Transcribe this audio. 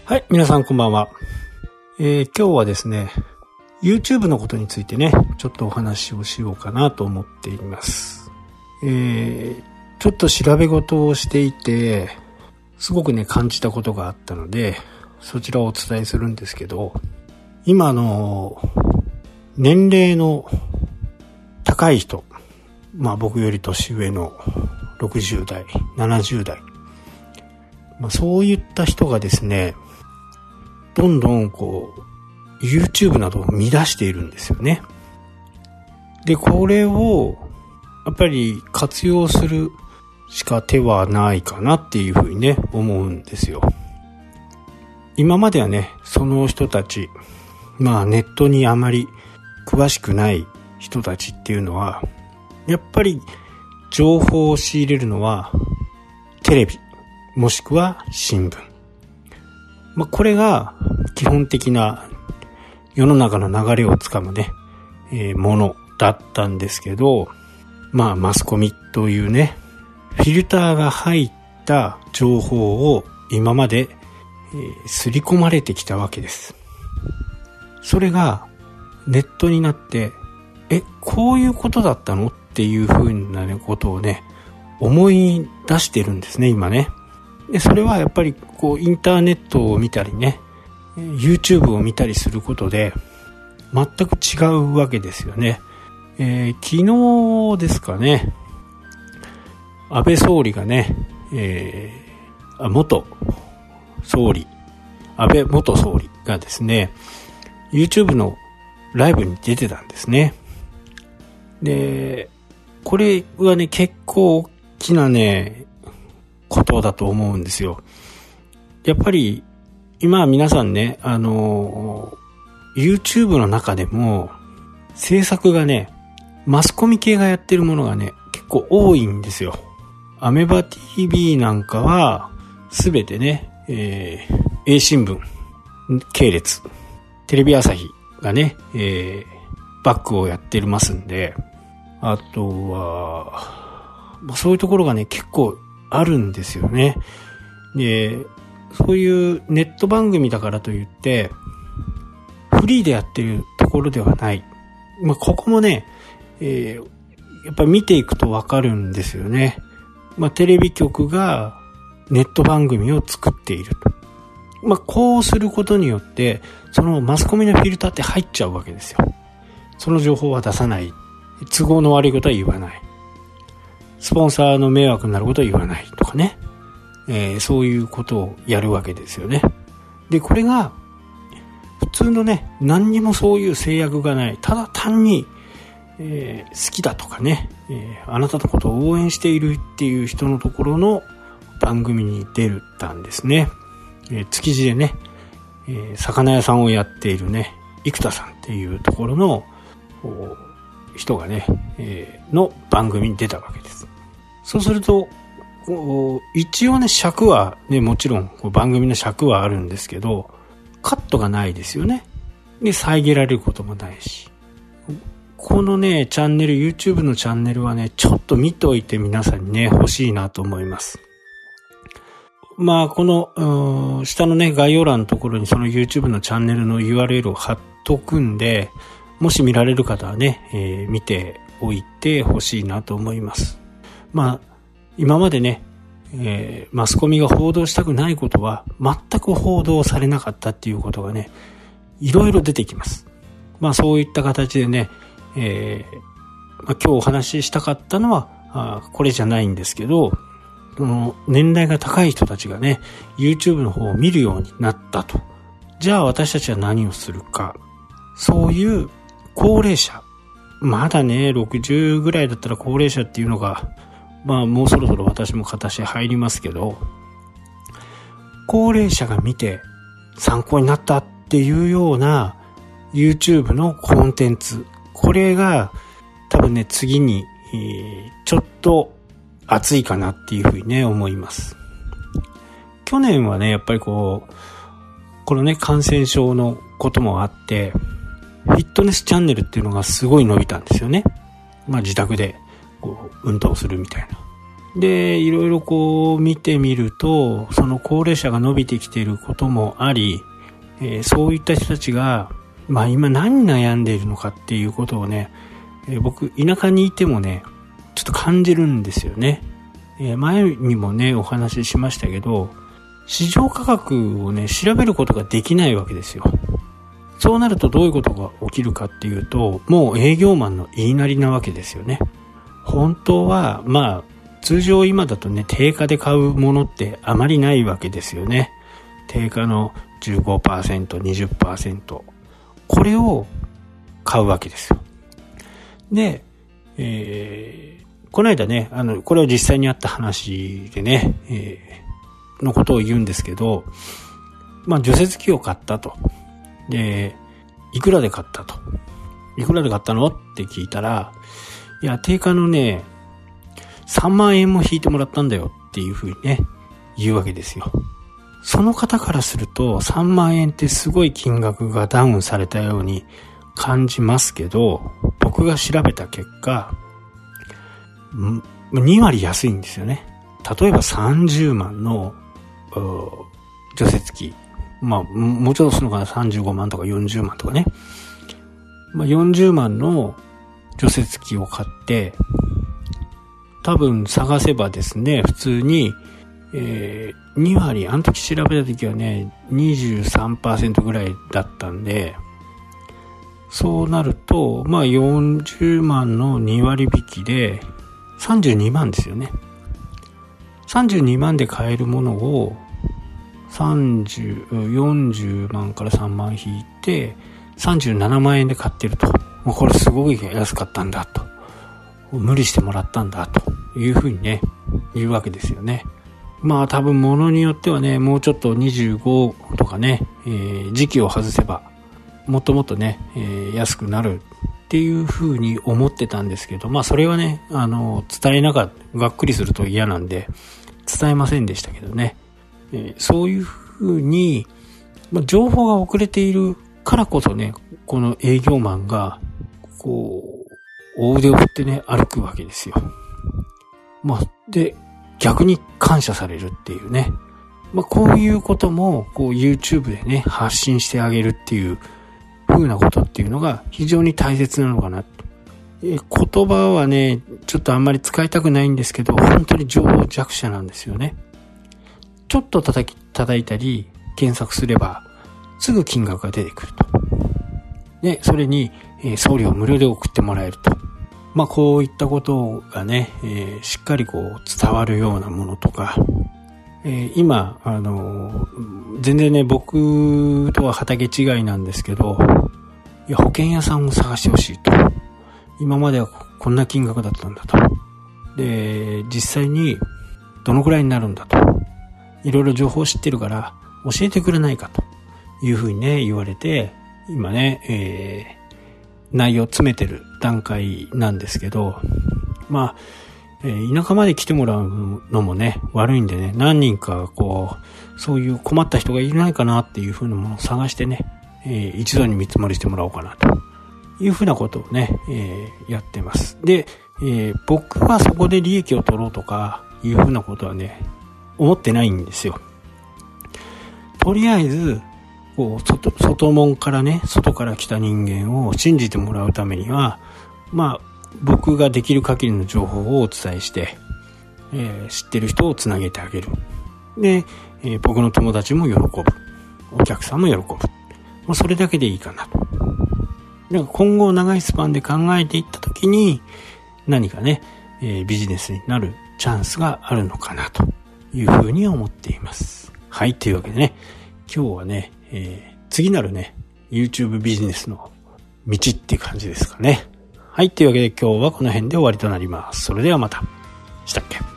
はい、皆さんこんばんは。今日はですね、YouTube のことについてね、ちょっとお話をしようかなと思っています。ちょっと調べ事をしていて、すごくね、感じたことがあったので、そちらをお伝えするんですけど、今年齢の高い人、僕より年上の60代、70代、そういった人がですね、どんどんYouTube などを見出しているんですよね。で、これをやっぱり活用するしか手はないかなっていうふうにね、思うんですよ。今まではね、その人たち、ネットにあまり詳しくない人たちっていうのは、やっぱり情報を仕入れるのはテレビ、もしくは新聞。これが基本的な世の中の流れをつかむね、ものだったんですけど、マスコミというね、フィルターが入った情報を今まで、刷り込まれてきたわけです。それがネットになって、こういうことだったのっていうふうなことをね、思い出してるんですね、今ね。で、それはやっぱりインターネットを見たりね、YouTube を見たりすることで全く違うわけですよね。昨日ですかね、安倍総理がね、安倍元総理がですね、YouTube のライブに出てたんですね。で、これはね、結構大きなね、ことだと思うんですよ。やっぱり今皆さんね、YouTube の中でも制作がね、マスコミ系がやってるものがね、結構多いんですよ。アメバ TV なんかはすべてね、A 新聞系列、テレビ朝日がね、バックをやってますんで、あとはそういうところがね、結構あるんですよね。で、そういうネット番組だからといってフリーでやってるところではない。ここもね、やっぱり見ていくとわかるんですよね。テレビ局がネット番組を作っていると。こうすることによってそのマスコミのフィルターって入っちゃうわけですよ。その情報は出さない。都合の悪いことは言わない。スポンサーの迷惑になることは言わないとかね。そういうことをやるわけですよね。で、これが普通のね、何にもそういう制約がない、ただ単に、好きだとかね、あなたのことを応援しているっていう人のところの番組に出たんですね。築地でね、魚屋さんをやっているね、生田さんっていうところの人がね、の番組に出たわけです。そうすると一応ね、尺はね、もちろん番組の尺はあるんですけど、カットがないですよね。で、遮られることもないし、このね、チャンネル、 YouTube のチャンネルはね、ちょっと見といて皆さんにね、欲しいなと思います。この下のね、概要欄のところにその YouTube のチャンネルの URL を貼っとくんで、もし見られる方はね、見ておいて欲しいなと思います。今までね、マスコミが報道したくないことは全く報道されなかったっていうことがね、いろいろ出てきます。そういった形でね、今日お話ししたかったのはこれじゃないんですけど、この年代が高い人たちがね、 YouTube の方を見るようになったと。じゃあ私たちは何をするか。そういう高齢者、まだね、60ぐらいだったら高齢者っていうのがもうそろそろ私も形入りますけど、高齢者が見て参考になったっていうような YouTube のコンテンツ、これが多分ね、次にちょっと熱いかなっていうふうにね、思います。去年はね、やっぱりこのね、感染症のこともあって、フィットネスチャンネルっていうのがすごい伸びたんですよね。自宅で運動するみたいな。 で、いろいろこう見てみると、その高齢者が伸びてきていることもあり、そういった人たちが、今何に悩んでいるのかっていうことをね、僕、田舎にいてもね、ちょっと感じるんですよね。前にもね、お話ししましたけど、市場価格をね、調べることができないわけですよ。そうなるとどういうことが起きるかっていうと、もう営業マンの言いなりなわけですよね。本当は、通常今だとね、定価で買うものってあまりないわけですよね。定価の 15%、20%。これを買うわけですよ。で、この間ね、これは実際にあった話でね、のことを言うんですけど、除雪機を買ったと。で、いくらで買ったと。いくらで買ったのって聞いたら、いや、定価のね、3万円も引いてもらったんだよっていうふうにね、言うわけですよ。その方からすると、3万円ってすごい金額がダウンされたように感じますけど、僕が調べた結果、2割安いんですよね。例えば30万の除雪機。もうちょっとするのかな、35万とか40万とかね。40万の除雪機を買って、多分探せばですね、普通に、2割、あの時調べた時はね、23% ぐらいだったんで、そうなると、40万の2割引きで、32万ですよね。32万で買えるものを、40万から3万引いて、37万円で買ってると。これすごい安かったんだと。無理してもらったんだというふうにね、言うわけですよね。多分物によってはね、もうちょっと25とかね、時期を外せば、もっともっとね、安くなるっていうふうに思ってたんですけど、それはね、伝えなかった、がっくりすると嫌なんで、伝えませんでしたけどね。そういうふうに、情報が遅れているからこそね、この営業マンが、大腕を振ってね、歩くわけですよ。で、逆に感謝されるっていうね。こういうことも、YouTube でね、発信してあげるっていう風なことっていうのが非常に大切なのかな。言葉はね、ちょっとあんまり使いたくないんですけど、本当に情報弱者なんですよね。ちょっと叩いたり、検索すれば、すぐ金額が出てくると。で、それに、送料無料で送ってもらえると。こういったことがね、しっかり伝わるようなものとか、今、全然ね、僕とは畑違いなんですけど、保険屋さんを探してほしいと。今まではこんな金額だったんだと。で、実際にどのくらいになるんだと。いろいろ情報を知ってるから教えてくれないかというふうにね、言われて、今ね、内容を詰めてる段階なんですけど、田舎まで来てもらうのもね、悪いんでね、何人かそういう困った人がいないかなっていう風なものを探してね、一度に見積もりしてもらおうかなという風なことをね、やってます。で、僕はそこで利益を取ろうとかいう風なことはね、思ってないんですよ。とりあえず、外門からね、外から来た人間を信じてもらうためには、僕ができる限りの情報をお伝えして、知ってる人をつなげてあげる。で、僕の友達も喜ぶ。お客さんも喜ぶ。それだけでいいかなと。だから今後長いスパンで考えていったときに、何かね、ビジネスになるチャンスがあるのかなというふうに思っています。はい、というわけでね、今日はね、次なるね、YouTube ビジネスの道っていう感じですかね。はい、というわけで今日はこの辺で終わりとなります。それではまた。したっけ？